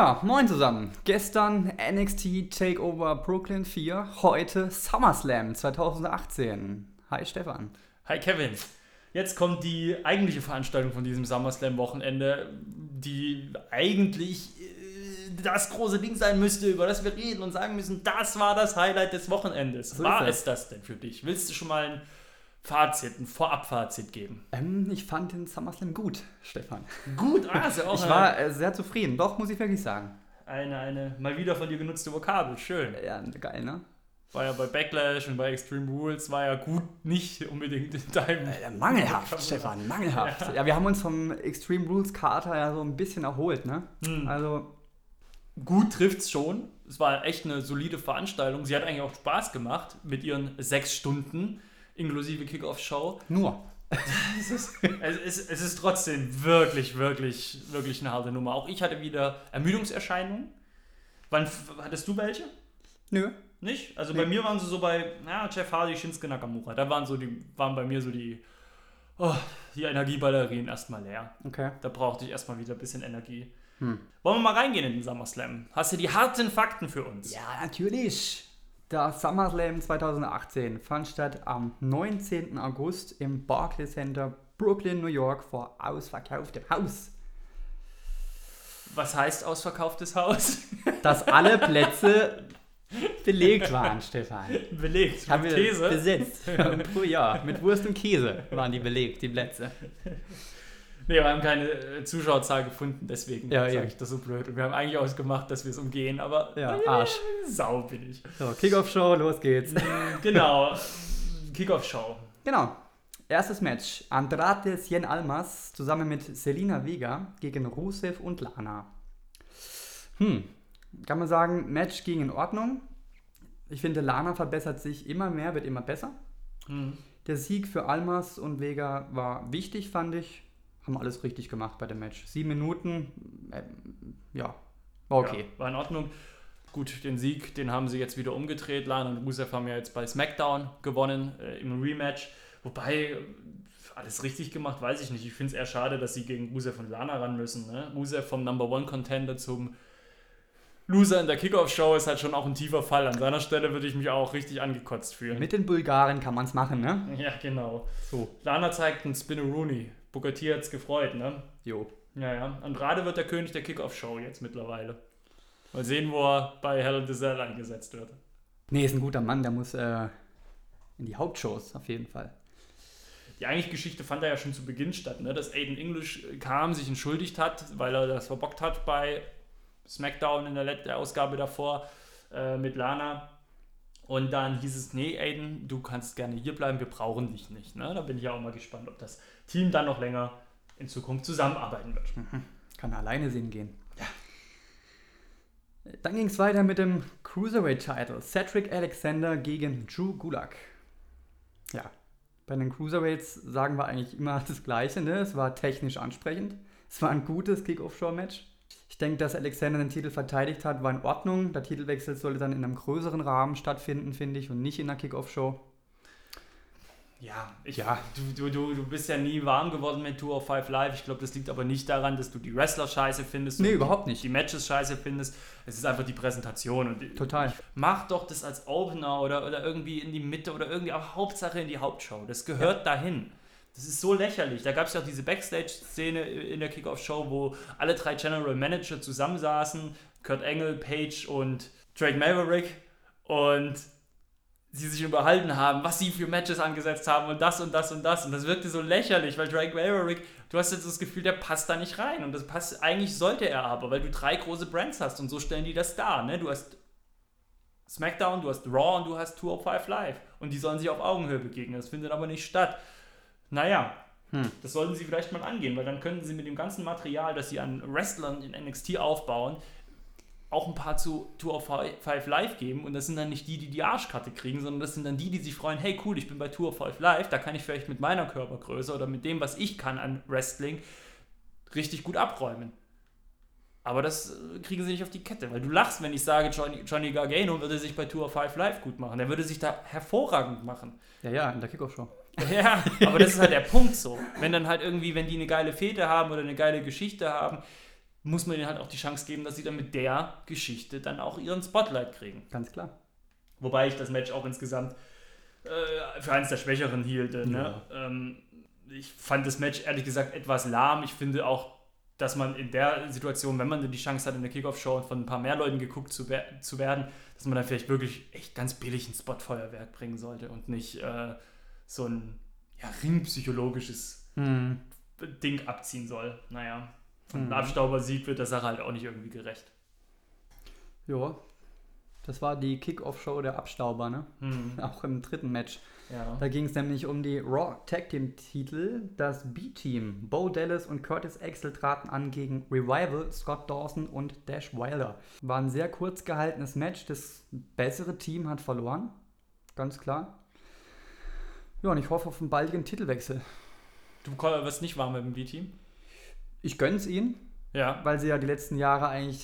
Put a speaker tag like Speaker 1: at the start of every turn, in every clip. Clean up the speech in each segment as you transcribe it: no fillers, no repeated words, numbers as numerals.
Speaker 1: Ja, moin zusammen. Gestern NXT Takeover Brooklyn 4, heute SummerSlam 2018. Hi Stefan.
Speaker 2: Hi Kevin. Jetzt kommt die eigentliche Veranstaltung von diesem SummerSlam-Wochenende, die eigentlich das große Ding sein müsste, über das wir reden und sagen müssen, das war das Highlight des Wochenendes. So war es das denn für dich? Willst du schon mal ein Vorabfazit geben?
Speaker 1: Ich fand den SummerSlam gut, Stefan.
Speaker 2: Gut? Ist ja auch
Speaker 1: ich war sehr zufrieden, doch, muss ich wirklich sagen.
Speaker 2: Eine mal wieder von dir genutzte Vokabel, schön.
Speaker 1: Ja, geil, ne?
Speaker 2: War ja bei Backlash und bei Extreme Rules, war ja gut nicht unbedingt in deinem...
Speaker 1: mangelhaft, Stefan, mangelhaft. Ja, wir haben uns vom Extreme Rules Kater ja so ein bisschen erholt, ne? Also...
Speaker 2: Gut trifft's schon. Es war echt eine solide Veranstaltung. Sie hat eigentlich auch Spaß gemacht mit ihren 6 Stunden, inklusive Kickoff-Show.
Speaker 1: Nur.
Speaker 2: Es ist trotzdem wirklich, wirklich, wirklich eine harte Nummer. Auch ich hatte wieder Ermüdungserscheinungen. Wann hattest du welche?
Speaker 1: Nö.
Speaker 2: Nicht? Also bei mir waren sie so bei Jeff Hardy, Shinsuke Nakamura. Da waren bei mir so die Energiebatterien erstmal leer.
Speaker 1: Okay.
Speaker 2: Da brauchte ich erstmal wieder ein bisschen Energie. Wollen wir mal reingehen in den SummerSlam? Hast du die harten Fakten für uns?
Speaker 1: Ja, natürlich. Der SummerSlam 2018 fand statt am 19. August im Barclays Center, Brooklyn, New York, vor ausverkauftem Haus.
Speaker 2: Was heißt ausverkauftes Haus?
Speaker 1: Dass alle Plätze belegt waren, Stefan.
Speaker 2: Belegt? Mit Käse?
Speaker 1: Besetzt. Ja, mit Wurst und Käse waren die belegt, die Plätze.
Speaker 2: Nee, wir haben keine Zuschauerzahl gefunden, deswegen
Speaker 1: sage
Speaker 2: ich das so blöd. Und wir haben eigentlich ausgemacht, dass wir es umgehen, aber
Speaker 1: Arsch.
Speaker 2: Sau bin ich.
Speaker 1: So, Kickoff-Show, los geht's.
Speaker 2: Genau, Kickoff-Show.
Speaker 1: Genau. Erstes Match. Andrade Cien Almas zusammen mit Zelina Vega gegen Rusev und Lana. Kann man sagen, Match ging in Ordnung. Ich finde, Lana verbessert sich immer mehr, wird immer besser. Der Sieg für Almas und Vega war wichtig, fand ich. Haben alles richtig gemacht bei dem Match. 7 Minuten, war okay.
Speaker 2: Ja, war in Ordnung. Gut, den Sieg, den haben sie jetzt wieder umgedreht. Lana und Rusev haben ja jetzt bei SmackDown gewonnen im Rematch. Wobei, alles richtig gemacht, weiß ich nicht. Ich finde es eher schade, dass sie gegen Rusev und Lana ran müssen. Ne? Rusev vom Number One Contender zum Loser in der Kickoff-Show ist halt schon auch ein tiefer Fall. An seiner Stelle würde ich mich auch richtig angekotzt fühlen.
Speaker 1: Mit den Bulgaren kann man es machen, ne?
Speaker 2: Ja, genau.
Speaker 1: So.
Speaker 2: Lana zeigt einen Spin-a-Rooney. Booker T hat's gefreut, ne?
Speaker 1: Jo.
Speaker 2: Ja. Andrade wird der König der Kickoff-Show jetzt mittlerweile. Mal sehen, wo er bei Hell in the Cell eingesetzt wird.
Speaker 1: Nee, ist ein guter Mann, der muss in die Hauptshows auf jeden Fall.
Speaker 2: Die eigentliche Geschichte fand ja schon zu Beginn statt, ne? Dass Aiden English kam, sich entschuldigt hat, weil er das verbockt hat bei SmackDown in der Ausgabe davor mit Lana. Und dann hieß es, nee Aiden, du kannst gerne hier bleiben, wir brauchen dich nicht. Ne? Da bin ich ja auch mal gespannt, ob das Team dann noch länger in Zukunft zusammenarbeiten wird.
Speaker 1: Kann alleine sehen gehen. Ja. Dann ging es weiter mit dem Cruiserweight-Title. Cedric Alexander gegen Drew Gulak. Ja, bei den Cruiserweights sagen wir eigentlich immer das Gleiche. Ne? Es war technisch ansprechend. Es war ein gutes Kick-Off-Show-Match. Ich denke, dass Alexander den Titel verteidigt hat, war in Ordnung. Der Titelwechsel sollte dann in einem größeren Rahmen stattfinden, finde ich, und nicht in einer Kick-Off-Show.
Speaker 2: Du bist ja nie warm geworden mit 205 Live. Ich glaube, das liegt aber nicht daran, dass du die Wrestler scheiße findest.
Speaker 1: Nee, überhaupt nicht.
Speaker 2: Die Matches scheiße findest. Es ist einfach die Präsentation. Und
Speaker 1: total.
Speaker 2: Mach doch das als Opener oder irgendwie in die Mitte oder irgendwie, aber Hauptsache in die Hauptshow. Das gehört dahin. Das ist so lächerlich. Da gab es ja auch diese Backstage-Szene in der Kickoff-Show, wo alle 3 General Manager zusammensaßen, Kurt Angle, Page und Drake Maverick, und sie sich unterhalten haben, was sie für Matches angesetzt haben und das und das und das. Und das wirkte so lächerlich, weil Drake Maverick, du hast jetzt das Gefühl, der passt da nicht rein. Und das passt, eigentlich sollte er aber, weil du 3 große Brands hast und so stellen die das dar. Ne? Du hast SmackDown, du hast Raw und du hast 205 Live. Und die sollen sich auf Augenhöhe begegnen. Das findet aber nicht statt. Naja, das sollten sie vielleicht mal angehen, weil dann könnten sie mit dem ganzen Material, das sie an Wrestlern in NXT aufbauen, auch ein paar zu 205 Live geben, und das sind dann nicht die Arschkarte kriegen, sondern das sind dann die sich freuen, hey cool, ich bin bei 205 Live, da kann ich vielleicht mit meiner Körpergröße oder mit dem, was ich kann an Wrestling, richtig gut abräumen. Aber das kriegen sie nicht auf die Kette, weil du lachst, wenn ich sage, Johnny Gargano würde sich bei 205 Live gut machen. Der würde sich da hervorragend machen.
Speaker 1: Ja, in der Kickoff-Show.
Speaker 2: Ja, aber das ist halt der Punkt so. Wenn dann halt irgendwie, wenn die eine geile Fehde haben oder eine geile Geschichte haben, muss man ihnen halt auch die Chance geben, dass sie dann mit der Geschichte dann auch ihren Spotlight kriegen.
Speaker 1: Ganz klar.
Speaker 2: Wobei ich das Match auch insgesamt für eines der Schwächeren hielte. Ne? Ich fand das Match ehrlich gesagt etwas lahm. Ich finde auch, dass man in der Situation, wenn man die Chance hat, in der Kickoff-Show von ein paar mehr Leuten geguckt zu werden, dass man dann vielleicht wirklich echt ganz billig ein Spotfeuerwerk bringen sollte und nicht so ein ringpsychologisches Ding abziehen soll. Naja, von einem Abstaubersieg wird der Sache halt auch nicht irgendwie gerecht.
Speaker 1: Ja, das war die Kick-Off-Show der Abstauber, ne? Auch im dritten Match.
Speaker 2: Ja.
Speaker 1: Da ging es nämlich um die Raw Tag Team Titel. Das B-Team, Bo Dallas und Curtis Axel traten an gegen Revival, Scott Dawson und Dash Wilder. War ein sehr kurz gehaltenes Match. Das bessere Team hat verloren. Ganz klar. Ja, und ich hoffe auf einen baldigen Titelwechsel.
Speaker 2: Du wirst nicht warm mit dem B-Team?
Speaker 1: Ich gönn's ihnen.
Speaker 2: Ja.
Speaker 1: Weil sie ja die letzten Jahre eigentlich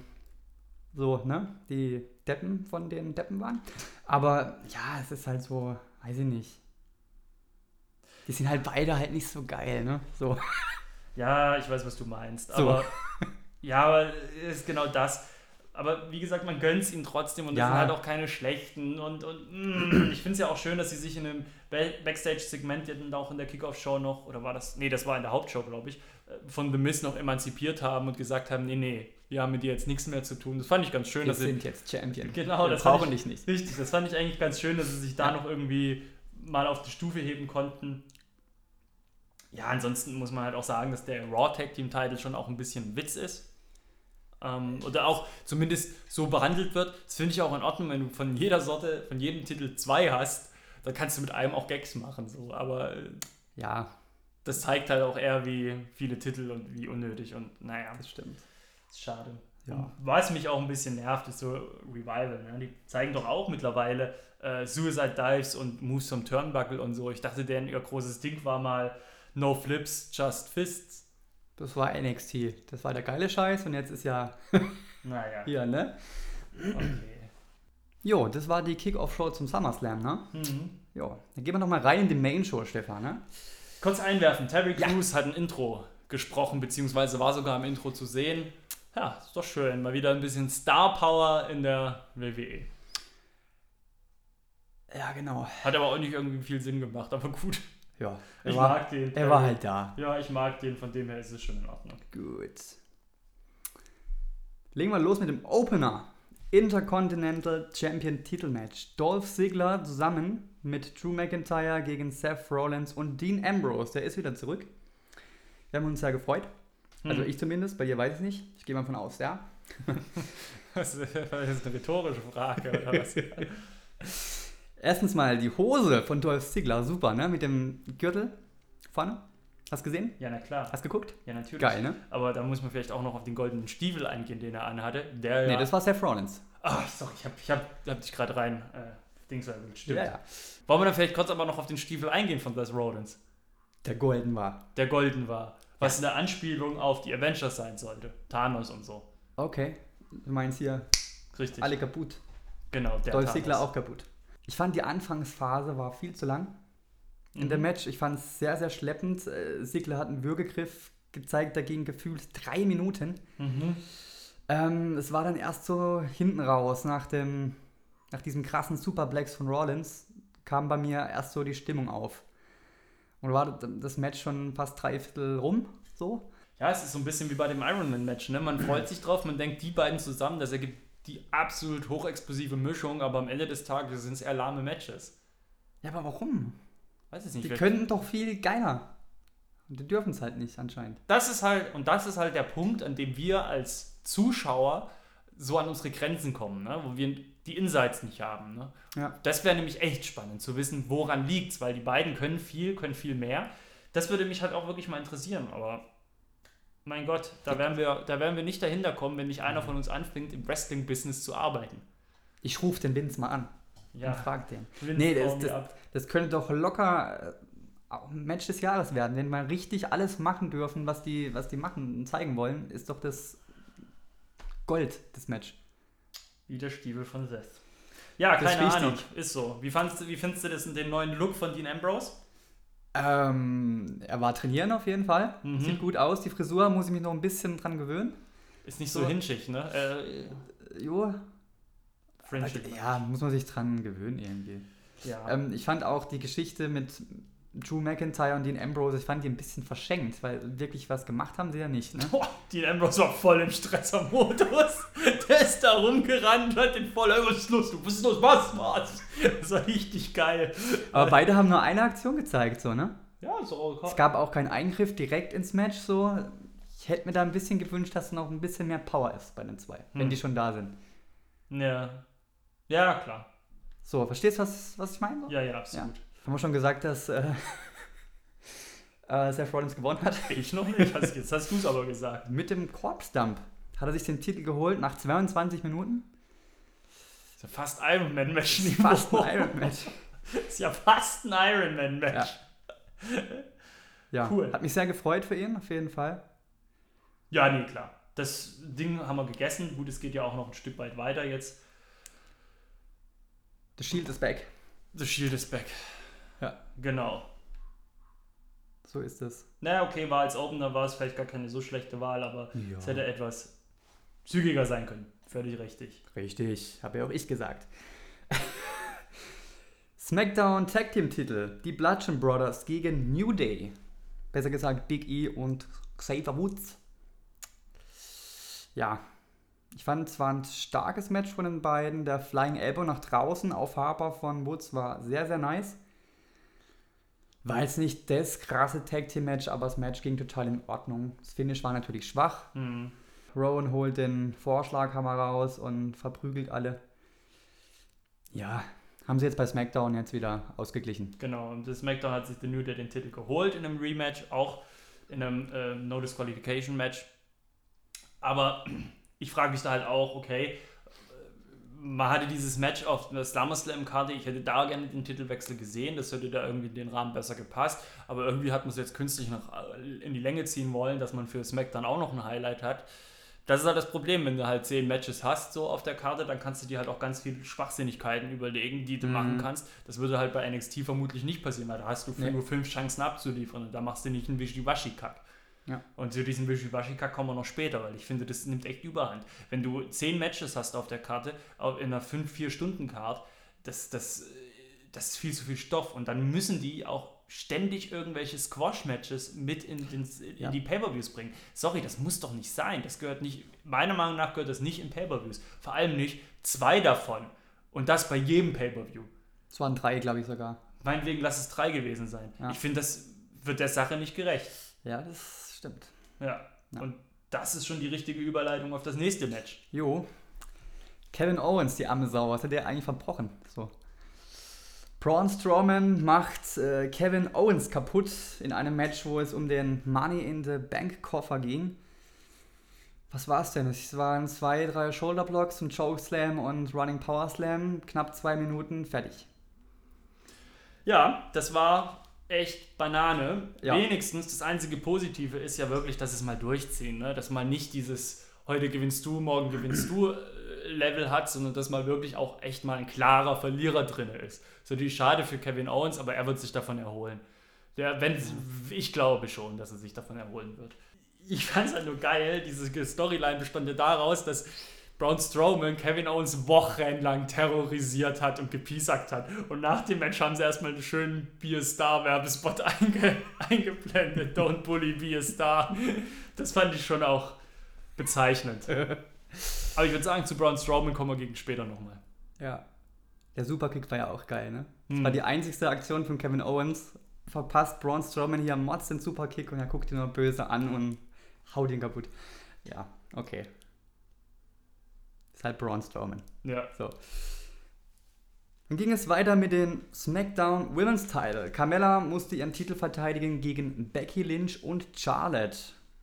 Speaker 1: die Deppen von den Deppen waren. Aber ja, es ist halt so, weiß ich nicht. Die sind halt beide halt nicht so geil, ne? So.
Speaker 2: Ja, ich weiß, was du meinst.
Speaker 1: So.
Speaker 2: Aber aber ist genau das. Aber wie gesagt, man gönnt es ihnen trotzdem und das sind halt auch keine schlechten. Und ich finde es ja auch schön, dass sie sich in einem Backstage-Segment dann auch in der Kickoff-Show noch, oder war das? Nee, das war in der Hauptshow, glaube ich, von The Miz noch emanzipiert haben und gesagt haben, nee, wir haben mit dir jetzt nichts mehr zu tun. Das fand ich ganz schön.
Speaker 1: Wir sind jetzt Champion.
Speaker 2: Genau,
Speaker 1: das brauchen dich nicht.
Speaker 2: Richtig, das fand ich eigentlich ganz schön, dass sie sich da noch irgendwie mal auf die Stufe heben konnten. Ja, ansonsten muss man halt auch sagen, dass der Raw Tag Team Title schon auch ein bisschen Witz ist. Oder auch zumindest so behandelt wird. Das finde ich auch in Ordnung, wenn du von jeder Sorte, von jedem Titel 2 hast, dann kannst du mit einem auch Gags machen. So. Aber
Speaker 1: ja,
Speaker 2: das zeigt halt auch eher, wie viele Titel und wie unnötig. Und naja,
Speaker 1: das stimmt.
Speaker 2: Das ist schade.
Speaker 1: Ja.
Speaker 2: Was mich auch ein bisschen nervt, ist so Revival. Ne? Die zeigen doch auch mittlerweile Suicide Dives und Moves vom Turnbuckle und so. Ich dachte, deren ihr großes Ding war mal No Flips, Just Fists.
Speaker 1: Das war NXT. Das war der geile Scheiß und jetzt ist ja
Speaker 2: Naja.
Speaker 1: hier, ne?
Speaker 2: Okay.
Speaker 1: Jo, das war die Kick-Off-Show zum SummerSlam, ne? Jo, dann gehen wir noch mal rein in die Main-Show, Stefan, ne?
Speaker 2: Kurz einwerfen, Terry Crews hat ein Intro gesprochen, beziehungsweise war sogar im Intro zu sehen. Ja, ist doch schön. Mal wieder ein bisschen Star Power in der WWE.
Speaker 1: Ja, genau.
Speaker 2: Hat aber auch nicht irgendwie viel Sinn gemacht, aber gut.
Speaker 1: Ja,
Speaker 2: Ich mag den.
Speaker 1: Er war halt da.
Speaker 2: Ja, ich mag den, von dem her ist es schon in Ordnung.
Speaker 1: Gut. Legen wir los mit dem Opener. Intercontinental Champion Titelmatch. Dolph Ziggler zusammen mit Drew McIntyre gegen Seth Rollins und Dean Ambrose. Der ist wieder zurück. Wir haben uns sehr gefreut. Also ich zumindest, bei dir weiß ich nicht. Ich gehe mal von aus, ja.
Speaker 2: Das ist eine rhetorische Frage, oder was?
Speaker 1: Erstens mal die Hose von Dolph Ziggler, super, ne? Mit dem Gürtel vorne. Hast du gesehen?
Speaker 2: Ja, na klar.
Speaker 1: Hast du geguckt?
Speaker 2: Ja, natürlich.
Speaker 1: Geil, ne?
Speaker 2: Aber da muss man vielleicht auch noch auf den goldenen Stiefel eingehen, den er anhatte.
Speaker 1: Nee, das war Seth Rollins.
Speaker 2: Ach, sorry, ich hab dich gerade rein. Dings stimmt.
Speaker 1: Ja.
Speaker 2: Wollen wir dann vielleicht kurz aber noch auf den Stiefel eingehen von Seth Rollins?
Speaker 1: Der golden war.
Speaker 2: Der golden war. Was eine Anspielung auf die Avengers sein sollte. Thanos und so.
Speaker 1: Okay. Du meinst hier
Speaker 2: Richtig.
Speaker 1: alle kaputt.
Speaker 2: Genau, der
Speaker 1: Dolph
Speaker 2: Thanos.
Speaker 1: Ziggler auch kaputt. Ich fand die Anfangsphase war viel zu lang in dem Match. Ich fand es sehr, sehr schleppend. Ziggler hat einen Würgegriff gezeigt, dagegen gefühlt 3 Minuten. Es war dann erst so hinten raus, nach diesem krassen Superplex von Rollins, kam bei mir erst so die Stimmung auf. Und war das Match schon fast 3/4 rum, so.
Speaker 2: Ja, es ist so ein bisschen wie bei dem Ironman-Match. Ne? Man freut sich drauf, man denkt, die beiden zusammen, das ergibt die absolut hochexplosive Mischung, aber am Ende des Tages sind es eher lahme Matches.
Speaker 1: Ja, aber warum?
Speaker 2: Weiß es nicht.
Speaker 1: Die könnten doch viel geiler. Und die dürfen es halt nicht anscheinend.
Speaker 2: Das ist halt der Punkt, an dem wir als Zuschauer so an unsere Grenzen kommen, ne? Wo wir die Insights nicht haben. Ne?
Speaker 1: Ja.
Speaker 2: Das wäre nämlich echt spannend zu wissen, woran liegt's, weil die beiden können viel mehr. Das würde mich halt auch wirklich mal interessieren, aber mein Gott, da werden wir nicht dahinter kommen, wenn nicht einer von uns anfängt, im Wrestling-Business zu arbeiten.
Speaker 1: Ich rufe den Vince mal an
Speaker 2: Ja.
Speaker 1: und frag den.
Speaker 2: Vince,
Speaker 1: Nee, das könnte doch locker auch ein Match des Jahres werden. Wenn wir richtig alles machen dürfen, was die machen und zeigen wollen, ist doch das Gold, das Match.
Speaker 2: Wie der Stiefel von Seth. Ja,
Speaker 1: Das ist
Speaker 2: keine
Speaker 1: wichtig.
Speaker 2: Ahnung, ist so. Wie findest du den neuen Look von Dean Ambrose?
Speaker 1: Er war trainieren auf jeden Fall. Sieht gut aus. Die Frisur muss ich mich noch ein bisschen dran gewöhnen.
Speaker 2: Ist nicht so hinschig, ne?
Speaker 1: Jo.
Speaker 2: Friendship.
Speaker 1: Ja, muss man sich dran gewöhnen irgendwie.
Speaker 2: Ja.
Speaker 1: Ich fand auch die Geschichte mit Drew McIntyre und Dean Ambrose, ich fand die ein bisschen verschenkt, weil wirklich was gemacht haben sie ja nicht. Ne?
Speaker 2: Boah, Dean Ambrose war voll im Stresser-Modus. Der ist da rumgerannt, hat den voll, was ist los? Du bist los, was? Das war richtig geil.
Speaker 1: Aber beide haben nur eine Aktion gezeigt, so, ne?
Speaker 2: Ja, ist auch okay.
Speaker 1: Es gab auch keinen Eingriff direkt ins Match, so. Ich hätte mir da ein bisschen gewünscht, dass noch ein bisschen mehr Power ist bei den zwei, wenn die schon da sind.
Speaker 2: Ja. Ja, klar.
Speaker 1: So, verstehst du, was ich meine?
Speaker 2: Ja, absolut.
Speaker 1: Ja. Haben wir schon gesagt, dass Seth Rollins gewonnen hat?
Speaker 2: Ich noch nicht, jetzt hast du es aber gesagt.
Speaker 1: Mit dem Corpse Dump hat er sich den Titel geholt nach 22 Minuten.
Speaker 2: Ist ja fast Iron Man Match.
Speaker 1: Fast ein Iron Match.
Speaker 2: Ist ja fast ein Iron Man Match.
Speaker 1: Ja,
Speaker 2: cool.
Speaker 1: Hat mich sehr gefreut für ihn, auf jeden Fall.
Speaker 2: Ja, nee, klar. Das Ding haben wir gegessen. Gut, es geht ja auch noch ein Stück weit weiter jetzt.
Speaker 1: The Shield is back.
Speaker 2: The Shield is back.
Speaker 1: Ja.
Speaker 2: Genau.
Speaker 1: So ist es.
Speaker 2: Naja, okay, war als Opener, war es vielleicht gar keine so schlechte Wahl, aber es hätte etwas zügiger sein können. Völlig richtig.
Speaker 1: Richtig, habe ja auch ich gesagt. SmackDown Tag Team Titel. Die Bludgeon Brothers gegen New Day. Besser gesagt Big E und Xavier Woods. Ja, ich fand, es war ein starkes Match von den beiden. Der Flying Elbow nach draußen auf Harper von Woods war sehr, sehr nice. War jetzt nicht das krasse Tag-Team-Match, aber das Match ging total in Ordnung. Das Finish war natürlich schwach. Rowan holt den Vorschlaghammer raus und verprügelt alle. Ja, haben sie jetzt bei SmackDown jetzt wieder ausgeglichen.
Speaker 2: Genau, und das SmackDown hat sich der New Day den Titel geholt in einem Rematch, auch in einem No-Disqualification-Match. Aber ich frage mich da halt auch, okay, man hatte dieses Match auf der SummerSlam-Karte, ich hätte da gerne den Titelwechsel gesehen, das hätte da irgendwie in den Rahmen besser gepasst, aber irgendwie hat man es jetzt künstlich noch in die Länge ziehen wollen, dass man für SmackDown auch noch ein Highlight hat. Das ist halt das Problem, wenn du halt 10 Matches hast so auf der Karte, dann kannst du dir halt auch ganz viele Schwachsinnigkeiten überlegen, die du machen kannst. Das würde halt bei NXT vermutlich nicht passieren, weil da hast du nur 5 Chancen abzuliefern und da machst du nicht einen Wischiwaschi-Kack. Ja. Und zu diesem Wischiwaschi-Kack kommen wir noch später, weil ich finde, das nimmt echt Überhand. Wenn du 10 Matches hast auf der Karte, in einer 5-4-Stunden-Card, das ist viel zu viel Stoff. Und dann müssen die auch ständig irgendwelche Squash-Matches mit in die Pay-Per-Views bringen. Sorry, das muss doch nicht sein. Das gehört nicht, meiner Meinung nach gehört das nicht in Pay-Per-Views. Vor allem nicht 2 davon. Und das bei jedem Pay-Per-View.
Speaker 1: Es waren 3, glaube ich sogar.
Speaker 2: Meinetwegen lass es 3 gewesen sein. Ja. Ich finde, das wird der Sache nicht gerecht.
Speaker 1: Ja, das stimmt.
Speaker 2: Ja, und das ist schon die richtige Überleitung auf das nächste Match.
Speaker 1: Jo. Kevin Owens, die arme Sau, was hat der eigentlich verbrochen? So. Braun Strowman macht Kevin Owens kaputt in einem Match, wo es um den Money in the Bank Koffer ging. Was war es denn? Es waren 2, 3 Shoulderblocks, ein Chokeslam und Running Power Slam. Knapp 2 Minuten, fertig.
Speaker 2: Ja, das war echt Banane.
Speaker 1: Ja.
Speaker 2: Wenigstens, das einzige Positive ist ja wirklich, dass es mal durchziehen, ne? Dass man nicht dieses heute gewinnst du, morgen gewinnst du Level hat, sondern dass mal wirklich auch echt mal ein klarer Verlierer drin ist. So die schade für Kevin Owens, aber er wird sich davon erholen. Ich glaube schon, dass er sich davon erholen wird. Ich fand es halt nur geil, diese Storyline bestand ja daraus, dass Braun Strowman Kevin Owens wochenlang terrorisiert hat und gepiesackt hat. Und nach dem Match haben sie erstmal einen schönen Be a Star-Werbespot eingeblendet. Don't bully, be a star. Das fand ich schon auch bezeichnend. Aber ich würde sagen, zu Braun Strowman kommen wir gegen später nochmal.
Speaker 1: Ja. Der Superkick war ja auch geil, ne? Das war die einzigste Aktion von Kevin Owens. Verpasst Braun Strowman hier Mods den Superkick und er guckt ihn nur böse an und haut ihn kaputt. Ja, okay. Ist halt Braun Strowman.
Speaker 2: Ja.
Speaker 1: So. Dann ging es weiter mit den SmackDown Women's Title. Carmella musste ihren Titel verteidigen gegen Becky Lynch und Charlotte.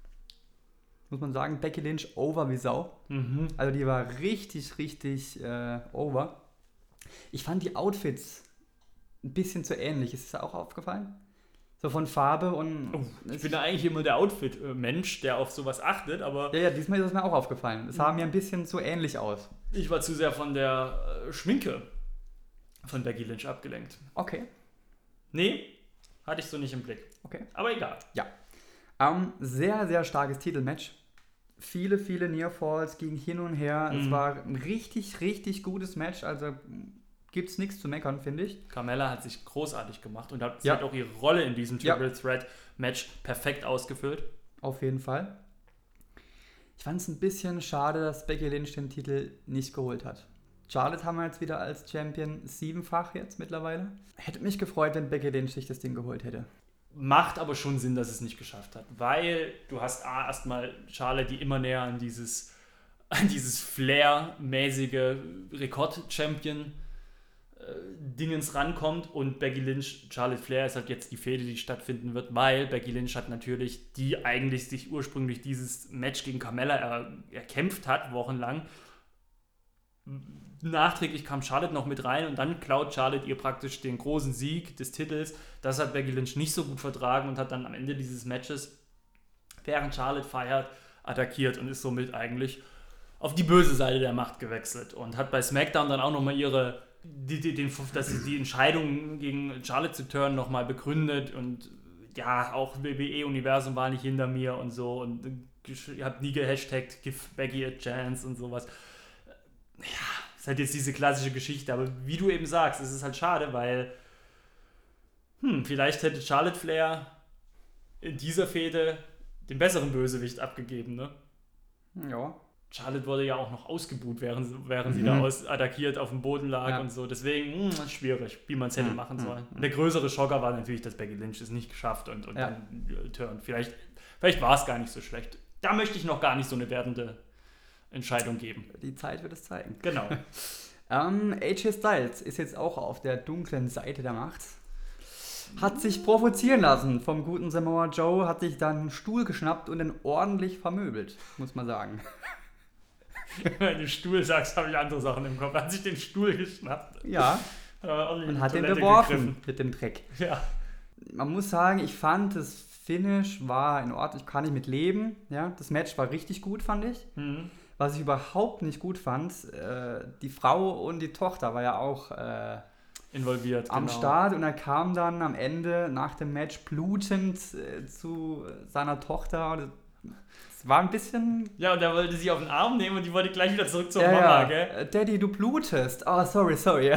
Speaker 1: Muss man sagen, Becky Lynch over wie Sau. Also die war richtig, richtig over. Ich fand die Outfits ein bisschen zu ähnlich. Ist es auch aufgefallen? So von Farbe und...
Speaker 2: ich bin da eigentlich immer der Outfit-Mensch, der auf sowas achtet, aber...
Speaker 1: Ja, diesmal ist es mir auch aufgefallen. Es sah mir ein bisschen zu ähnlich aus.
Speaker 2: Ich war zu sehr von der Schminke von Becky Lynch abgelenkt.
Speaker 1: Okay.
Speaker 2: Nee, Hatte ich so nicht im Blick.
Speaker 1: Okay.
Speaker 2: Aber egal.
Speaker 1: Ja. Sehr, sehr starkes Titelmatch. Viele, viele Nearfalls ging hin und her. Es war ein richtig, richtig gutes Match. Also gibt es nichts zu meckern, finde ich.
Speaker 2: Carmella hat sich großartig gemacht und sie
Speaker 1: Ja.
Speaker 2: hat auch ihre Rolle in diesem Triple Threat Match perfekt ausgefüllt.
Speaker 1: Auf jeden Fall. Ich fand es ein bisschen schade, dass Becky Lynch den Titel nicht geholt hat. Charlotte haben wir jetzt wieder als Champion 7-fach jetzt mittlerweile. Hätte mich gefreut, wenn Becky Lynch sich das Ding geholt hätte.
Speaker 2: Macht aber schon Sinn, dass es nicht geschafft hat, weil du hast erstmal Charlotte, die immer näher an dieses Flair-mäßige Rekord-Champion-Dingens rankommt und Becky Lynch, Charlotte Flair ist halt jetzt die Fehde, die stattfinden wird, weil Becky Lynch hat natürlich, die eigentlich sich ursprünglich dieses Match gegen Carmella erkämpft hat, wochenlang. Nachträglich kam Charlotte noch mit rein und dann klaut Charlotte ihr praktisch den großen Sieg des Titels. Das hat Becky Lynch nicht so gut vertragen und hat dann am Ende dieses Matches, während Charlotte feiert, attackiert und ist somit eigentlich auf die böse Seite der Macht gewechselt und hat bei SmackDown dann auch nochmal die Entscheidung gegen Charlotte zu turnen nochmal begründet und ja, auch WWE-Universum war nicht hinter mir und so und ihr habt nie gehashtagt Give Becky a Chance und sowas. Ja, ist halt jetzt diese klassische Geschichte, aber wie du eben sagst, es ist halt schade, weil vielleicht hätte Charlotte Flair in dieser Fehde den besseren Bösewicht abgegeben, ne?
Speaker 1: Ja.
Speaker 2: Charlotte wurde ja auch noch ausgebuht, während sie da attackiert auf dem Boden lag und so. Deswegen schwierig, wie man es hätte machen sollen. Und der größere Schocker war natürlich, dass Becky Lynch es nicht geschafft und dann turnt. Vielleicht war es gar nicht so schlecht. Da möchte ich noch gar nicht so eine wertende Entscheidung geben.
Speaker 1: Die Zeit wird es zeigen.
Speaker 2: Genau.
Speaker 1: AJ Styles ist jetzt auch auf der dunklen Seite der Macht. Hat sich provozieren lassen vom guten Samoa Joe, hat sich dann einen Stuhl geschnappt und den ordentlich vermöbelt, muss man sagen.
Speaker 2: Wenn du Stuhl sagst, habe ich andere Sachen im Kopf. Er hat sich den Stuhl geschnappt.
Speaker 1: Ja. Und hat den beworfen mit dem Dreck.
Speaker 2: Ja.
Speaker 1: Man muss sagen, ich fand, das Finish war in Ordnung. Ich kann nicht mit leben. Ja? Das Match war richtig gut, fand ich. Was ich überhaupt nicht gut fand, die Frau und die Tochter war ja auch
Speaker 2: involviert.
Speaker 1: Am Start. Und er kam dann am Ende nach dem Match blutend zu seiner Tochter. Es war ein bisschen...
Speaker 2: Ja, und er wollte sie auf den Arm nehmen und die wollte gleich wieder zurück zur Mama, gell?
Speaker 1: Daddy, du blutest. Oh, sorry.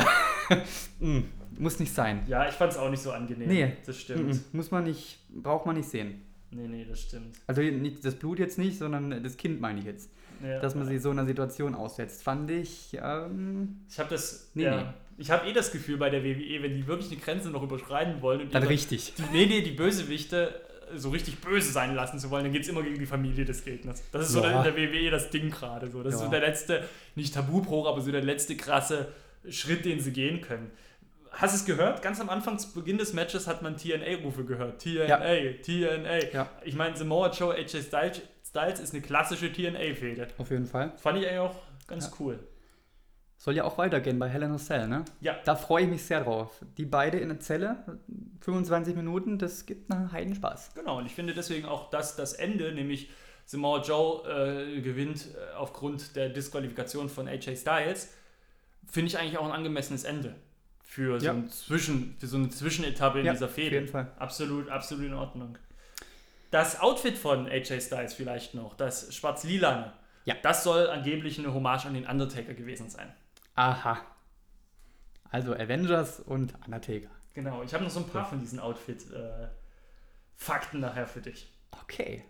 Speaker 1: Muss nicht sein.
Speaker 2: Ja, ich fand es auch nicht so angenehm.
Speaker 1: Nee.
Speaker 2: Das stimmt.
Speaker 1: Braucht man nicht sehen.
Speaker 2: Nee, das stimmt.
Speaker 1: Also nicht das Blut jetzt nicht, sondern das Kind meine ich jetzt. Ja, dass man sich so einer Situation aussetzt, fand ich...
Speaker 2: Ich habe das... Ich habe das Gefühl bei der WWE, wenn die wirklich eine Grenze noch überschreiten wollen... Und
Speaker 1: dann richtig.
Speaker 2: Die Bösewichte so richtig böse sein lassen zu wollen, dann geht es immer gegen die Familie des Gegners. Das ist so in der WWE das Ding gerade. So. Das ist so der letzte, nicht Tabubruch, aber so der letzte krasse Schritt, den sie gehen können. Hast du es gehört? Ganz am Anfang, zu Beginn des Matches, hat man TNA-Rufe gehört. TNA. Ja. Ich meine, Samoa Joe, AJ Styles ist eine klassische TNA-Fehde.
Speaker 1: Auf jeden Fall.
Speaker 2: Fand ich eigentlich auch ganz cool.
Speaker 1: Soll ja auch weitergehen bei Hell in a Cell, ne?
Speaker 2: Ja.
Speaker 1: Da freue ich mich sehr drauf. Die beide in der Zelle, 25 Minuten, das gibt einen Heidenspaß.
Speaker 2: Genau, und ich finde deswegen auch, dass das Ende, nämlich Samoa Joe gewinnt aufgrund der Disqualifikation von AJ Styles, finde ich eigentlich auch ein angemessenes Ende für so eine Zwischenetappe in dieser Fehde.
Speaker 1: Auf jeden Fall.
Speaker 2: Absolut in Ordnung. Das Outfit von AJ Styles vielleicht noch, das schwarz-lilane, das soll angeblich eine Hommage an den Undertaker gewesen sein.
Speaker 1: Aha. Also Avengers und Undertaker.
Speaker 2: Genau, ich habe noch so ein paar von diesen Outfit-Fakten nachher für dich.
Speaker 1: Okay.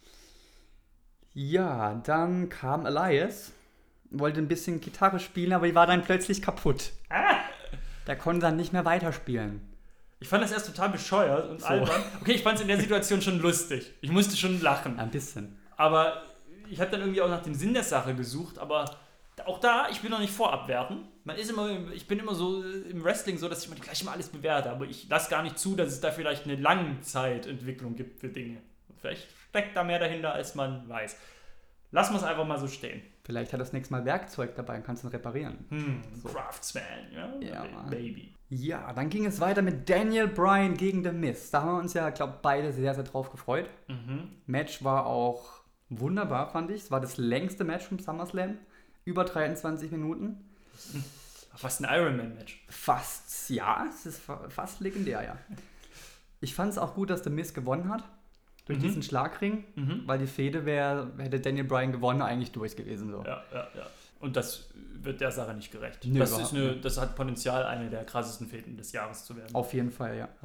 Speaker 1: Ja, dann kam Elias, wollte ein bisschen Gitarre spielen, aber die war dann plötzlich kaputt. Der konnte dann nicht mehr weiterspielen.
Speaker 2: Ich fand das erst total bescheuert und albern. Okay, ich fand es in der Situation schon lustig. Ich musste schon lachen.
Speaker 1: Ein bisschen.
Speaker 2: Aber ich habe dann irgendwie auch nach dem Sinn der Sache gesucht, aber auch da, ich will noch nicht vorabwerten. Ich bin immer so im Wrestling so, dass ich gleich mal alles bewerte, aber ich lasse gar nicht zu, dass es da vielleicht eine Langzeitentwicklung gibt für Dinge. Vielleicht steckt da mehr dahinter, als man weiß. Lassen wir es einfach mal so stehen.
Speaker 1: Vielleicht hat das nächste Mal Werkzeug dabei und kannst es reparieren.
Speaker 2: So. Craftsman, ja Baby.
Speaker 1: Ja, dann ging es weiter mit Daniel Bryan gegen The Miz. Da haben wir uns ja, glaube ich, beide sehr, sehr drauf gefreut. Match war auch wunderbar, fand ich. Es war das längste Match vom SummerSlam. Über 23 Minuten.
Speaker 2: Fast ein Ironman-Match.
Speaker 1: Fast, ja. Es ist fast legendär, ja. Ich fand es auch gut, dass The Miz gewonnen hat. Durch diesen Schlagring. Weil die Fehde hätte Daniel Bryan gewonnen, eigentlich durch gewesen. So.
Speaker 2: Ja. Und das wird der Sache nicht gerecht.
Speaker 1: Nee,
Speaker 2: das hat Potenzial, eine der krassesten Fehden des Jahres zu werden.
Speaker 1: Auf jeden Fall, ja.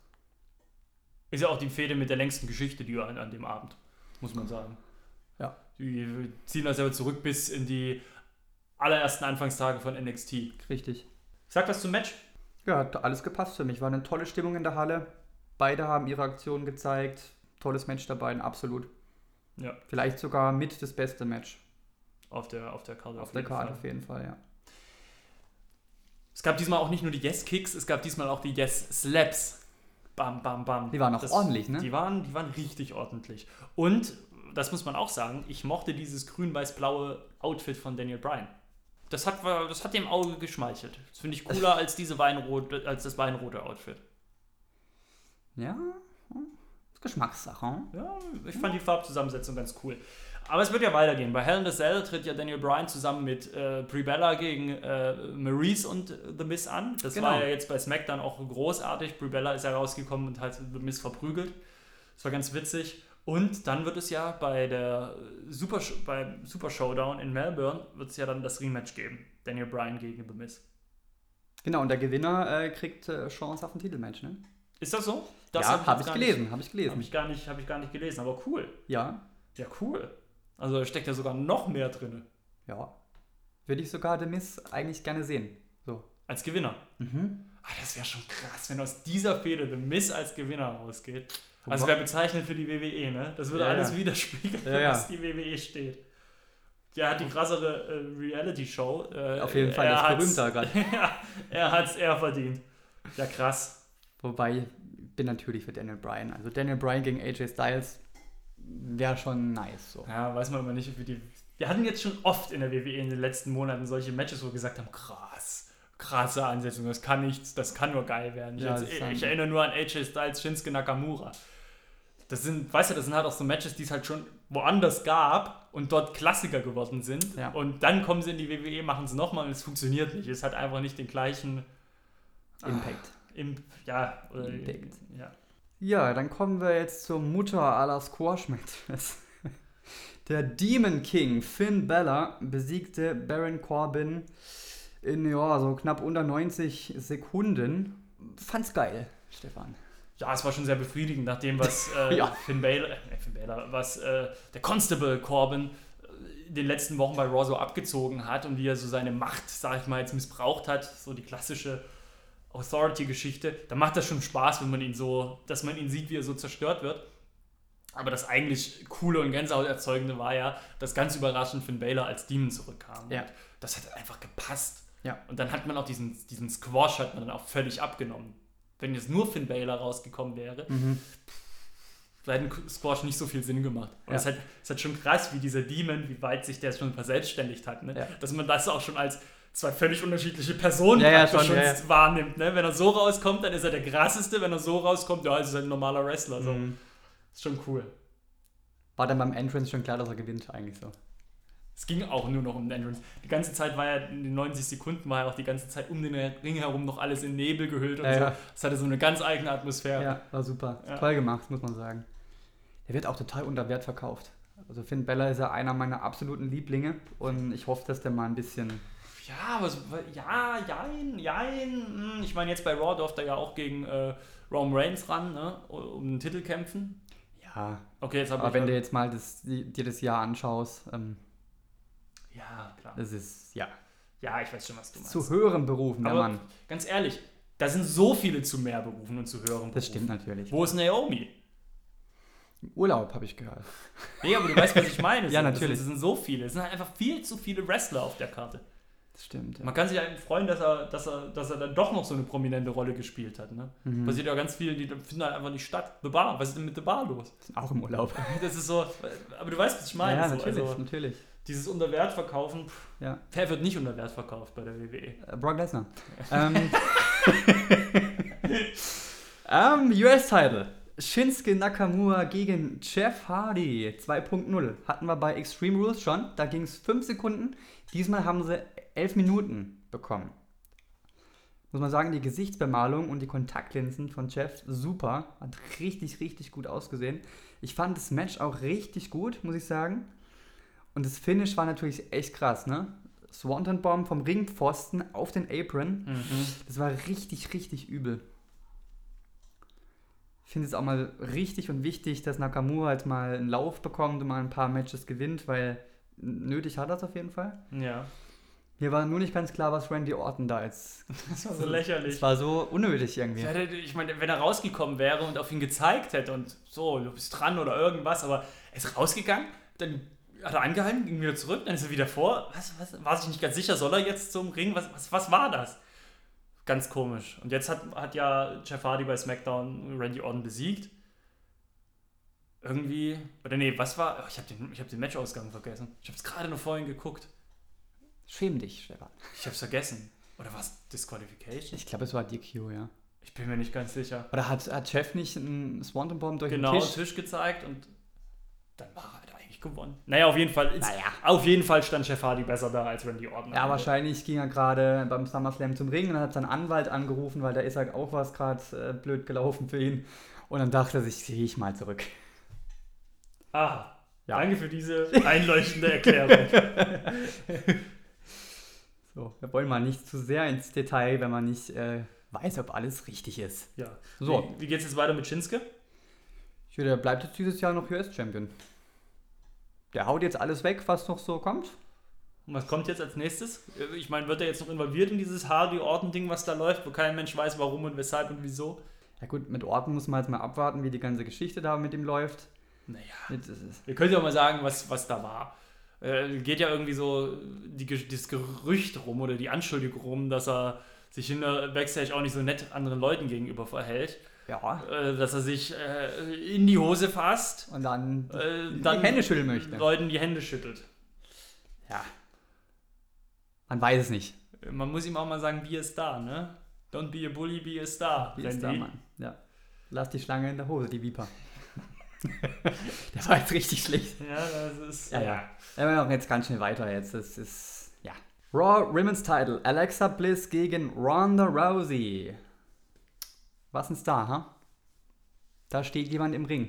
Speaker 2: Ist ja auch die Fehde mit der längsten Geschichte, die an dem Abend, muss man sagen.
Speaker 1: Ja.
Speaker 2: Die ziehen das aber zurück bis in die allerersten Anfangstage von NXT.
Speaker 1: Richtig.
Speaker 2: Sag was zum Match.
Speaker 1: Ja, hat alles gepasst für mich. War eine tolle Stimmung in der Halle. Beide haben ihre Aktionen gezeigt. Tolles Match dabei, absolut.
Speaker 2: Ja.
Speaker 1: Vielleicht sogar mit das beste Match.
Speaker 2: Auf der Karte.
Speaker 1: Auf der Karte auf jeden Fall, ja.
Speaker 2: Es gab diesmal auch nicht nur die Yes-Kicks, es gab diesmal auch die Yes-Slaps. Bam, bam, bam.
Speaker 1: Die waren auch ordentlich, ne?
Speaker 2: Die waren richtig ordentlich. Und, das muss man auch sagen, ich mochte dieses grün-weiß-blaue Outfit von Daniel Bryan. Das hat dem Auge geschmeichelt. Das finde ich cooler als das weinrote Outfit.
Speaker 1: Ja, Geschmackssache.
Speaker 2: Ja, ich fand die Farbzusammensetzung ganz cool. Aber es wird ja weitergehen. Bei Hell in a Cell tritt ja Daniel Bryan zusammen mit Brie Bella gegen Maryse und The Miz an. Das war ja jetzt bei SmackDown auch großartig. Brie Bella ist ja rausgekommen und hat The Miz verprügelt. Das war ganz witzig. Und dann wird es ja beim Super Showdown in Melbourne wird es ja dann das Rematch geben. Daniel Bryan gegen The Miz.
Speaker 1: Genau, und der Gewinner kriegt Chance auf ein Titelmatch, ne?
Speaker 2: Ist das so?
Speaker 1: Habe ich gelesen.
Speaker 2: Habe ich gar nicht gelesen, aber cool.
Speaker 1: Ja.
Speaker 2: Ja, cool. Also da steckt ja sogar noch mehr drin.
Speaker 1: Ja. Würde ich sogar The Miz eigentlich gerne sehen. So.
Speaker 2: Als Gewinner. Das wäre schon krass, wenn aus dieser Fehde The Miz als Gewinner rausgeht. Also wäre bezeichnet für die WWE, ne? Das würde alles widerspiegeln, was die WWE steht. Der hat die krassere Reality-Show.
Speaker 1: Auf jeden Fall, das berühmter gerade.
Speaker 2: Er hat es eher verdient. Ja, krass.
Speaker 1: Wobei, ich bin natürlich für Daniel Bryan. Also Daniel Bryan gegen AJ Styles wäre schon nice. So.
Speaker 2: Ja, weiß man immer nicht, wir hatten jetzt schon oft in der WWE in den letzten Monaten solche Matches, wo wir gesagt haben, krasse Ansetzung, das kann nur geil werden. Ich erinnere nur an AJ Styles, Shinsuke Nakamura. Das sind halt auch so Matches, die es halt schon woanders gab und dort Klassiker geworden sind.
Speaker 1: Ja.
Speaker 2: Und dann kommen sie in die WWE, machen es nochmal und es funktioniert nicht. Es hat einfach nicht den gleichen
Speaker 1: Impact.
Speaker 2: Impact. Ja.
Speaker 1: Ja, dann kommen wir jetzt zur Mutter aller Squash-Matches. Der Demon King Finn Balor besiegte Baron Corbin in so knapp unter 90 Sekunden. Fand's geil, Stefan.
Speaker 2: Ja, es war schon sehr befriedigend, nachdem was der Constable Corbin in den letzten Wochen bei Raw so abgezogen hat und wie er so seine Macht, sag ich mal, jetzt missbraucht hat, so die klassische Authority-Geschichte. Da macht das schon Spaß, dass man ihn sieht, wie er so zerstört wird. Aber das eigentlich Coole und Gänsehaut-Erzeugende war ja, dass ganz überraschend Finn Balor als Demon zurückkam.
Speaker 1: Ja.
Speaker 2: Und das hat einfach gepasst.
Speaker 1: Ja.
Speaker 2: Und dann hat man auch diesen Squash hat man dann auch völlig abgenommen. Wenn jetzt nur Finn Balor rausgekommen wäre, hätte ein Squash nicht so viel Sinn gemacht. Und es ist schon krass, wie dieser Demon, wie weit sich der schon verselbstständigt hat. Ne? Ja. Dass man das auch schon als zwei völlig unterschiedliche Personen wahrnimmt. Ne? Wenn er so rauskommt, dann ist er der krasseste. Wenn er so rauskommt, ist er ein normaler Wrestler. So. Ist schon cool.
Speaker 1: War dann beim Entrance schon klar, dass er gewinnt eigentlich so?
Speaker 2: Es ging auch nur noch um den Entrance. Die ganze Zeit war in den 90 Sekunden war auch die ganze Zeit um den Ring herum noch alles in Nebel gehüllt und so. Das hatte so eine ganz eigene Atmosphäre.
Speaker 1: Ja, war super. Ja. Toll gemacht, muss man sagen. Der wird auch total unter Wert verkauft. Also Finn Balor ist ja einer meiner absoluten Lieblinge und ich hoffe, dass der mal ein bisschen...
Speaker 2: Ja, aber jein. Ich meine, jetzt bei Raw durfte er ja auch gegen Roman Reigns ran, ne? Um den Titel kämpfen.
Speaker 1: Ja,
Speaker 2: okay, jetzt
Speaker 1: aber wenn du jetzt mal dir das Jahr anschaust...
Speaker 2: ja, klar.
Speaker 1: Das ist, ja.
Speaker 2: Ja, ich weiß schon, was du meinst.
Speaker 1: Zu höheren Berufen, der Mann.
Speaker 2: Ganz ehrlich, da sind so viele zu mehr Berufen und zu höheren Berufen.
Speaker 1: Das stimmt natürlich.
Speaker 2: Wo ist Naomi?
Speaker 1: Im Urlaub, habe ich gehört.
Speaker 2: Nee, aber du weißt, was ich meine.
Speaker 1: Ja, natürlich.
Speaker 2: Es sind so viele. Es sind halt einfach viel zu viele Wrestler auf der Karte.
Speaker 1: Das stimmt, ja.
Speaker 2: Man kann sich halt freuen, dass er dann doch noch so eine prominente Rolle gespielt hat. Ne? Passiert ja ganz viel, die finden halt einfach nicht statt. The Bar, was ist denn mit The Bar los?
Speaker 1: Auch im Urlaub.
Speaker 2: Das ist so, aber du weißt, was ich meine.
Speaker 1: Ja, natürlich, natürlich.
Speaker 2: Dieses Unter-Wert verkaufen, wer wird nicht unter Wert verkauft bei der WWE?
Speaker 1: Brock Lesnar. US-Title. Shinsuke Nakamura gegen Jeff Hardy 2.0. Hatten wir bei Extreme Rules schon. Da ging es 5 Sekunden. Diesmal haben sie 11 Minuten bekommen. muss man sagen, die Gesichtsbemalung und die Kontaktlinsen von Jeff, super. Hat richtig, richtig gut ausgesehen. Ich fand das Match auch richtig gut, muss ich sagen. Und das Finish war natürlich echt krass, ne? Swanton Bomb vom Ringpfosten auf den Apron. Das war richtig, richtig übel. Ich finde es auch mal richtig und wichtig, dass Nakamura jetzt mal einen Lauf bekommt und mal ein paar Matches gewinnt, weil nötig hat er es auf jeden Fall.
Speaker 2: Ja.
Speaker 1: Mir war nur nicht ganz klar, was Randy Orton da jetzt...
Speaker 2: Das war so lächerlich.
Speaker 1: Das war so unnötig irgendwie.
Speaker 2: Ich meine, wenn er rausgekommen wäre und auf ihn gezeigt hätte und so, du bist dran oder irgendwas, aber er ist rausgegangen, dann hat er angehalten, ging wieder zurück, dann ist er wieder vor. Was war sich nicht ganz sicher, soll er jetzt zum Ring? Was war das? Ganz komisch. Und jetzt hat ja Jeff Hardy bei SmackDown Randy Orton besiegt. Irgendwie, oder nee, was war? Oh, ich hab den Matchausgang vergessen. Ich habe es gerade noch vorhin geguckt.
Speaker 1: Schäm dich, Stefan.
Speaker 2: Ich hab's vergessen. Oder was? Disqualification?
Speaker 1: Ich glaube, es war DQ, ja.
Speaker 2: Ich bin mir nicht ganz sicher.
Speaker 1: Oder hat Jeff nicht einen Swanton Bomb durch den
Speaker 2: Tisch gezeigt und dann war er da eigentlich gewonnen. Naja, auf jeden Fall stand Jeff Hardy besser da als Randy Orton.
Speaker 1: Ja, wahrscheinlich ging er gerade beim SummerSlam zum Ring und dann hat seinen Anwalt angerufen, weil da ist halt auch was gerade blöd gelaufen für ihn. Und dann dachte er sich, gehe ich mal zurück.
Speaker 2: Ah, ja. Danke für diese einleuchtende Erklärung.
Speaker 1: So, wir wollen mal nicht zu sehr ins Detail, wenn man nicht weiß, ob alles richtig ist.
Speaker 2: Ja.
Speaker 1: So.
Speaker 2: Wie geht's jetzt weiter mit Shinsuke?
Speaker 1: Der bleibt jetzt dieses Jahr noch US-Champion. Der haut jetzt alles weg, was noch so kommt.
Speaker 2: Und was kommt jetzt als nächstes? Ich meine, wird er jetzt noch involviert in dieses Hardy-Orton-Ding, was da läuft, wo kein Mensch weiß, warum und weshalb und wieso?
Speaker 1: Ja gut, mit Orton muss man jetzt mal abwarten, wie die ganze Geschichte da mit ihm läuft.
Speaker 2: Naja, wir können ja auch mal sagen, was da war. Geht ja irgendwie so das Gerücht rum oder die Anschuldigung rum, dass er sich in der Backstage auch nicht so nett anderen Leuten gegenüber verhält.
Speaker 1: Ja.
Speaker 2: Dass er sich in die Hose fasst
Speaker 1: und dann die Hände schütteln möchte.
Speaker 2: Leuten die Hände schüttelt.
Speaker 1: Ja. Man weiß es nicht.
Speaker 2: Man muss ihm auch mal sagen, be a star, ne? Don't be a bully, be a star.
Speaker 1: Be a star, Mann. Ja. Lass die Schlange in der Hose, die Viper. Der war jetzt richtig schlecht.
Speaker 2: Ja, das ist...
Speaker 1: Ja. Wir machen jetzt ganz schnell weiter jetzt. Das ist, ja. Raw Women's Title. Alexa Bliss gegen Ronda Rousey. Was ist da, ha? Da steht jemand im Ring.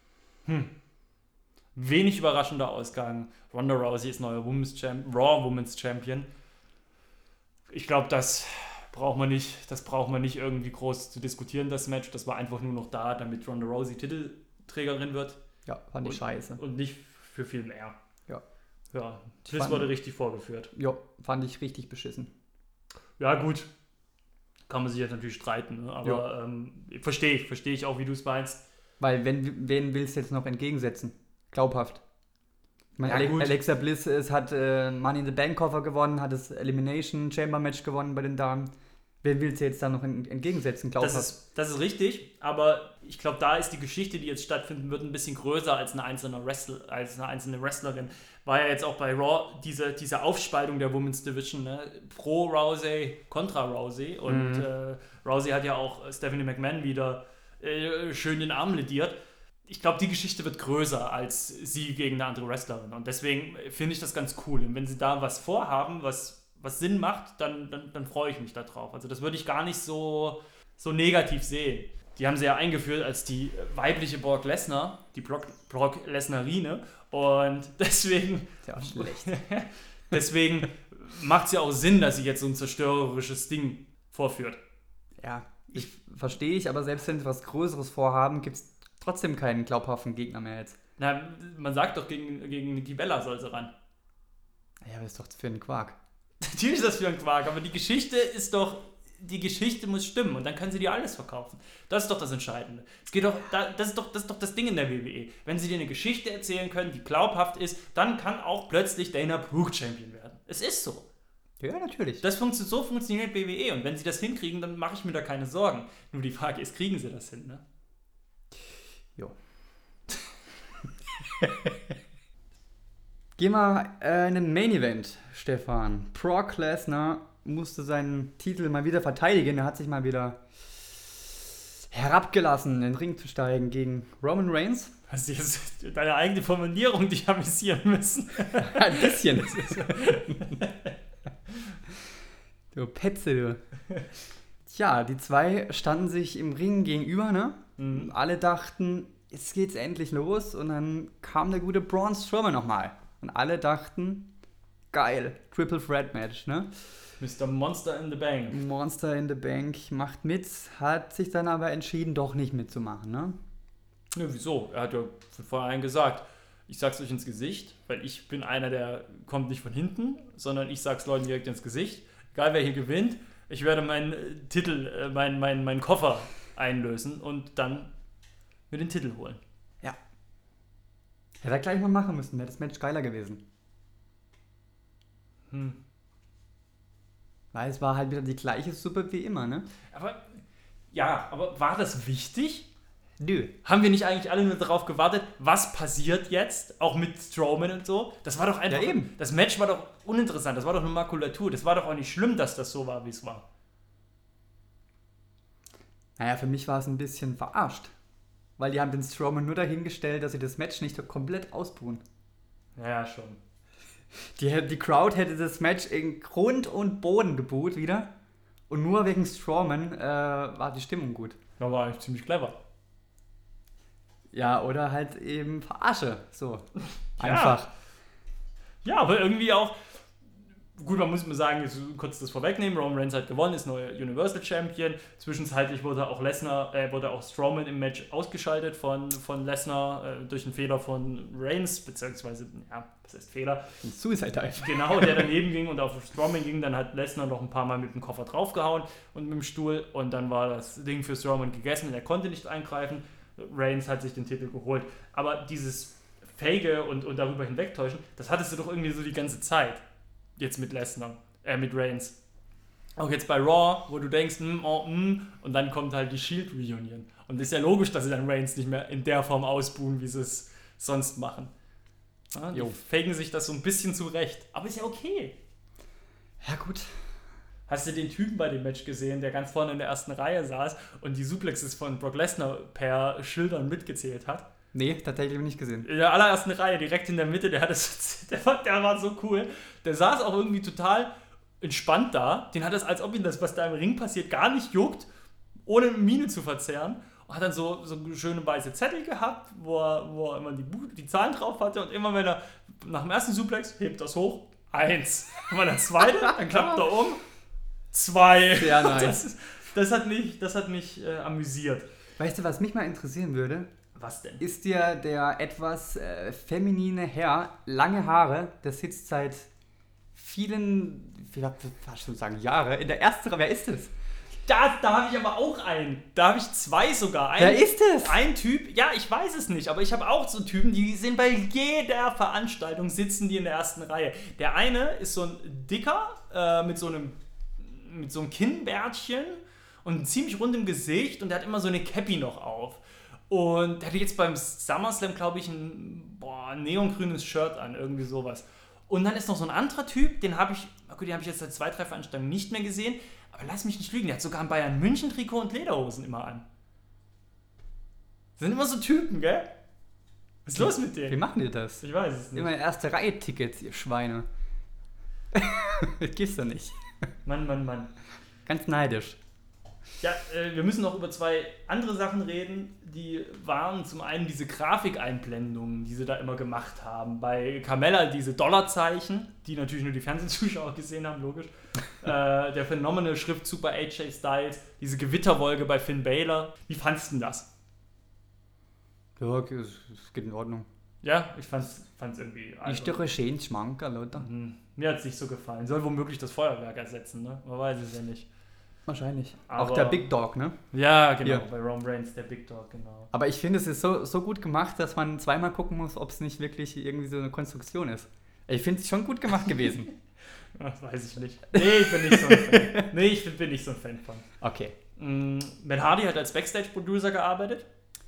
Speaker 2: Wenig überraschender Ausgang. Ronda Rousey ist neuer Raw Women's Champion. Ich glaube, das braucht man nicht irgendwie groß zu diskutieren, das Match. Das war einfach nur noch da, damit Ronda Rousey Titelträgerin wird.
Speaker 1: Ja, fand ich scheiße.
Speaker 2: Und nicht für viel mehr. Ja,
Speaker 1: das
Speaker 2: wurde richtig vorgeführt.
Speaker 1: Ja, fand ich richtig beschissen.
Speaker 2: Ja, gut. Kann man sich jetzt natürlich streiten, ne? Aber verstehe ich auch, wie du es meinst.
Speaker 1: Weil, wen willst du jetzt noch entgegensetzen? Glaubhaft. Ich meine, Alexa Bliss hat Money in the Bank Koffer gewonnen, hat das Elimination Chamber Match gewonnen bei den Damen. Wen willst du jetzt da noch entgegensetzen? Glaubhaft.
Speaker 2: Das ist richtig, aber ich glaube, da ist die Geschichte, die jetzt stattfinden wird, ein bisschen größer als eine einzelne Wrestlerin. War ja jetzt auch bei Raw diese Aufspaltung der Women's Division, ne? Pro Rousey, kontra Rousey. Und Rousey hat ja auch Stephanie McMahon wieder schön den Arm lediert. Ich glaube, die Geschichte wird größer als sie gegen eine andere Wrestlerin. Und deswegen finde ich das ganz cool. Und wenn sie da was vorhaben, was Sinn macht, dann freue ich mich da drauf. Also das würde ich gar nicht so negativ sehen. Die haben sie ja eingeführt als die weibliche Brock Lesnar, die Brock Lesnarine. Und deswegen...
Speaker 1: Ist ja auch schlecht.
Speaker 2: Deswegen macht es ja auch Sinn, dass sie jetzt so ein zerstörerisches Ding vorführt.
Speaker 1: Ja, verstehe ich, aber selbst wenn sie was Größeres vorhaben, gibt es trotzdem keinen glaubhaften Gegner mehr jetzt.
Speaker 2: Na, man sagt doch, gegen die Bella soll sie ran.
Speaker 1: Ja, aber das ist doch für einen Quark.
Speaker 2: Natürlich ist das für einen Quark, aber die Geschichte muss stimmen und dann können sie dir alles verkaufen. Das ist doch das Entscheidende. Das ist doch das Ding in der WWE. Wenn sie dir eine Geschichte erzählen können, die glaubhaft ist, dann kann auch plötzlich Dana Brooke Champion werden. Es ist so.
Speaker 1: Ja, natürlich.
Speaker 2: So funktioniert WWE und wenn sie das hinkriegen, dann mache ich mir da keine Sorgen. Nur die Frage ist, kriegen sie das hin, ne?
Speaker 1: Jo. Gehen wir in den Main Event, Stefan. Brock Lesnar musste seinen Titel mal wieder verteidigen. Er hat sich mal wieder herabgelassen, in den Ring zu steigen gegen Roman Reigns.
Speaker 2: Hast du jetzt deine eigene Formulierung dich amüsieren müssen?
Speaker 1: Ein bisschen. Du Petze, du. Ja, die zwei standen sich im Ring gegenüber, ne?
Speaker 2: Mhm.
Speaker 1: Alle dachten, jetzt geht's endlich los. Und dann kam der gute Braun Strowman nochmal. Und alle dachten, geil, Triple Threat Match, ne?
Speaker 2: Mr. Monster in the Bank.
Speaker 1: Monster in the Bank macht mit, hat sich dann aber entschieden, doch nicht mitzumachen, ne?
Speaker 2: Nö, wieso? Er hat ja von vornherein gesagt, ich sag's euch ins Gesicht, weil ich bin einer, der kommt nicht von hinten, sondern ich sag's Leuten direkt ins Gesicht. Egal wer hier gewinnt, ich werde meinen Titel, meinen Koffer einlösen und dann mir den Titel holen.
Speaker 1: Ja. Hätte er gleich mal machen müssen, wäre das Match geiler gewesen. Weil es war halt wieder die gleiche Suppe wie immer, ne?
Speaker 2: Aber war das wichtig?
Speaker 1: Nö.
Speaker 2: Haben wir nicht eigentlich alle nur darauf gewartet, was passiert jetzt, auch mit Strowman und so? Das war doch einfach,
Speaker 1: Ja, eben.
Speaker 2: Das Match war doch uninteressant, das war doch nur Makulatur, das war doch auch nicht schlimm, dass das so war, wie es war.
Speaker 1: Naja, für mich war es ein bisschen verarscht. Weil die haben den Strowman nur dahingestellt, dass sie das Match nicht komplett ausbuhen.
Speaker 2: Ja, schon.
Speaker 1: Die Crowd hätte das Match in Grund und Boden geboot wieder. Und nur wegen Strowman war die Stimmung gut.
Speaker 2: Das war eigentlich ziemlich clever.
Speaker 1: Ja, oder halt eben Verarsche. So.
Speaker 2: Ja.
Speaker 1: Einfach.
Speaker 2: Ja, aber irgendwie auch, gut, man muss mal sagen, jetzt kurz das vorwegnehmen, Roman Reigns hat gewonnen, ist neuer Universal Champion. Zwischenzeitlich wurde auch Strowman im Match ausgeschaltet von Lesnar durch einen Fehler von Reigns, beziehungsweise, ja, was heißt Fehler?
Speaker 1: Ein Suicide Dive.
Speaker 2: Genau, der daneben ging und auf Strowman ging, dann hat Lesnar noch ein paar Mal mit dem Koffer draufgehauen und mit dem Stuhl und dann war das Ding für Strowman gegessen und er konnte nicht eingreifen. Reigns hat sich den Titel geholt. Aber dieses Fake und darüber hinwegtäuschen, das hattest du doch irgendwie so die ganze Zeit. Jetzt mit Lesnar, mit Reigns. Auch jetzt bei Raw, wo du denkst, und dann kommt halt die Shield Reunion. Und ist ja logisch, dass sie dann Reigns nicht mehr in der Form ausbuhen, wie sie es sonst machen. Ja, die faken sich das so ein bisschen zurecht. Aber ist ja okay.
Speaker 1: Ja, gut.
Speaker 2: Hast du den Typen bei dem Match gesehen, der ganz vorne in der ersten Reihe saß und die Suplexes von Brock Lesnar per Schildern mitgezählt hat?
Speaker 1: Nee, tatsächlich nicht gesehen.
Speaker 2: In der allerersten Reihe, direkt in der Mitte, der war so cool. Der saß auch irgendwie total entspannt da. Den hat es, als ob ihn das, was da im Ring passiert, gar nicht juckt, ohne Miene zu verzerren. Und hat dann so schöne weiße Zettel gehabt, wo er immer die Zahlen drauf hatte. Und immer wenn er nach dem ersten Suplex hebt das hoch, 1. Und bei der zweite, dann klappt er um, 2.
Speaker 1: Sehr nice.
Speaker 2: Das hat mich amüsiert.
Speaker 1: Weißt du, was mich mal interessieren würde?
Speaker 2: Was denn?
Speaker 1: Ist dir der etwas feminine Herr, lange Haare, der sitzt seit vielen, fast schon sagen Jahre, in der ersten Reihe. Wer ist das?
Speaker 2: Da habe ich aber auch einen. Da habe ich 2 sogar.
Speaker 1: Wer ist es?
Speaker 2: Ein Typ, ja, ich weiß es nicht, aber ich habe auch so Typen, die sind bei jeder Veranstaltung, sitzen die in der ersten Reihe. Der eine ist so ein Dicker mit so einem Kinnbärtchen und ziemlich rund im Gesicht und der hat immer so eine Cappy noch auf. Und der hatte jetzt beim SummerSlam, glaube ich, ein neongrünes Shirt an, irgendwie sowas. Und dann ist noch so ein anderer Typ, den habe ich jetzt seit 2, 3 Veranstaltungen nicht mehr gesehen, aber lass mich nicht lügen, der hat sogar ein Bayern München Trikot und Lederhosen immer an. Das sind immer so Typen, gell? Was ist los mit
Speaker 1: Wie
Speaker 2: denen?
Speaker 1: machen die das?
Speaker 2: Ich weiß es nicht.
Speaker 1: Immer erste Reihe Tickets, ihr Schweine. Das gibt's doch nicht.
Speaker 2: Mann.
Speaker 1: Ganz neidisch.
Speaker 2: Ja, wir müssen noch über 2 andere Sachen reden, die waren zum einen diese Grafikeinblendungen, die sie da immer gemacht haben. Bei Carmella diese Dollarzeichen, die natürlich nur die Fernsehzuschauer gesehen haben, logisch. Der phänomenale Schriftzug bei AJ Styles, diese Gewitterwolke bei Finn Balor. Wie fandst du denn das?
Speaker 1: Ja, es geht in Ordnung.
Speaker 2: Ja, ich fand's irgendwie...
Speaker 1: Ist doch ein schönes Schmankerl, oder?
Speaker 2: Mir hat's nicht so gefallen. Soll womöglich das Feuerwerk ersetzen, ne? Man weiß es ja nicht.
Speaker 1: Wahrscheinlich.
Speaker 2: Aber
Speaker 1: auch der Big Dog, ne?
Speaker 2: Ja, genau.
Speaker 1: Hier.
Speaker 2: Bei Roman Reigns, der Big Dog, genau.
Speaker 1: Aber ich finde, es ist so gut gemacht, dass man zweimal gucken muss, ob es nicht wirklich irgendwie so eine Konstruktion ist. Ich finde es schon gut gemacht gewesen.
Speaker 2: Ach, weiß ich nicht. Nee, ich bin nicht so ein Fan. Bin nicht so ein Fan von.
Speaker 1: Okay.
Speaker 2: Matt Hardy hat als Backstage-Producer gearbeitet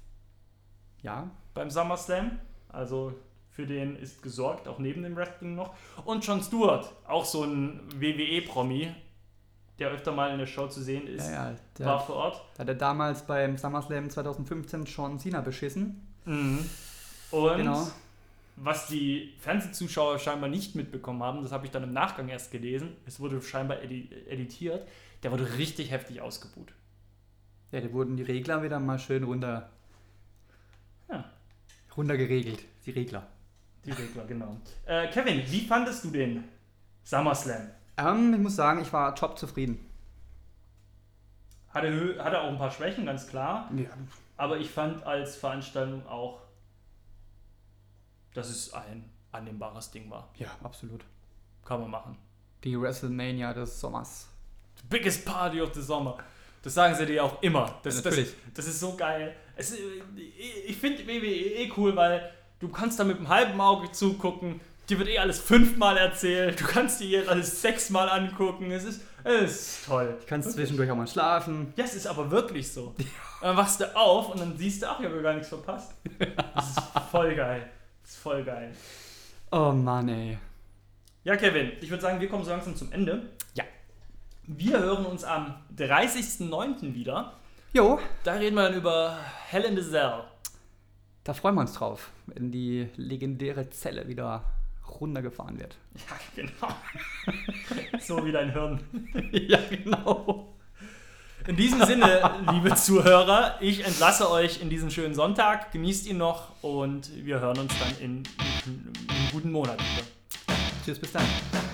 Speaker 1: Ja.
Speaker 2: beim SummerSlam. Also für den ist gesorgt, auch neben dem Wrestling noch. Und Jon Stewart, auch so ein WWE-Promi, der öfter mal in der Show zu sehen ist, war vor Ort.
Speaker 1: Da hat er damals beim SummerSlam 2015 John Cena beschissen.
Speaker 2: Und
Speaker 1: Genau.
Speaker 2: Was die Fernsehzuschauer scheinbar nicht mitbekommen haben, das habe ich dann im Nachgang erst gelesen, es wurde scheinbar editiert, der wurde richtig heftig ausgebuht.
Speaker 1: Ja, da wurden die Regler wieder mal schön runter geregelt. Die Regler.
Speaker 2: Die Regler, genau. Kevin, wie fandest du den SummerSlam?
Speaker 1: Ich muss sagen, ich war top zufrieden.
Speaker 2: Hatte auch ein paar Schwächen, ganz klar.
Speaker 1: Ja.
Speaker 2: Aber ich fand als Veranstaltung auch, dass es ein annehmbares Ding war.
Speaker 1: Ja, absolut.
Speaker 2: Kann man machen.
Speaker 1: Die WrestleMania des Sommers.
Speaker 2: The biggest party of the summer. Das sagen sie dir auch immer. Das ist so geil. Ich finde WWE cool, weil du kannst da mit einem halben Auge zugucken. Dir wird alles 5-mal erzählt. Du kannst dir alles 6-mal angucken. Es ist toll.
Speaker 1: Du kannst zwischendurch auch mal schlafen.
Speaker 2: Ja, es ist aber wirklich so. Dann wachst du auf und dann siehst du, ach, ich habe gar nichts verpasst. Das ist voll geil. Das ist voll geil.
Speaker 1: Oh Mann, ey.
Speaker 2: Ja, Kevin, ich würde sagen, wir kommen so langsam zum Ende.
Speaker 1: Ja.
Speaker 2: Wir hören uns am 30.09. wieder.
Speaker 1: Jo.
Speaker 2: Da reden wir dann über Hell in the Cell.
Speaker 1: Da freuen wir uns drauf, wenn die legendäre Zelle wieder runtergefahren wird.
Speaker 2: Ja, genau. So wie dein Hirn.
Speaker 1: Ja, genau.
Speaker 2: In diesem Sinne, liebe Zuhörer, ich entlasse euch in diesen schönen Sonntag. Genießt ihn noch und wir hören uns dann in einem guten Monat wieder.
Speaker 1: Tschüss, bis dann.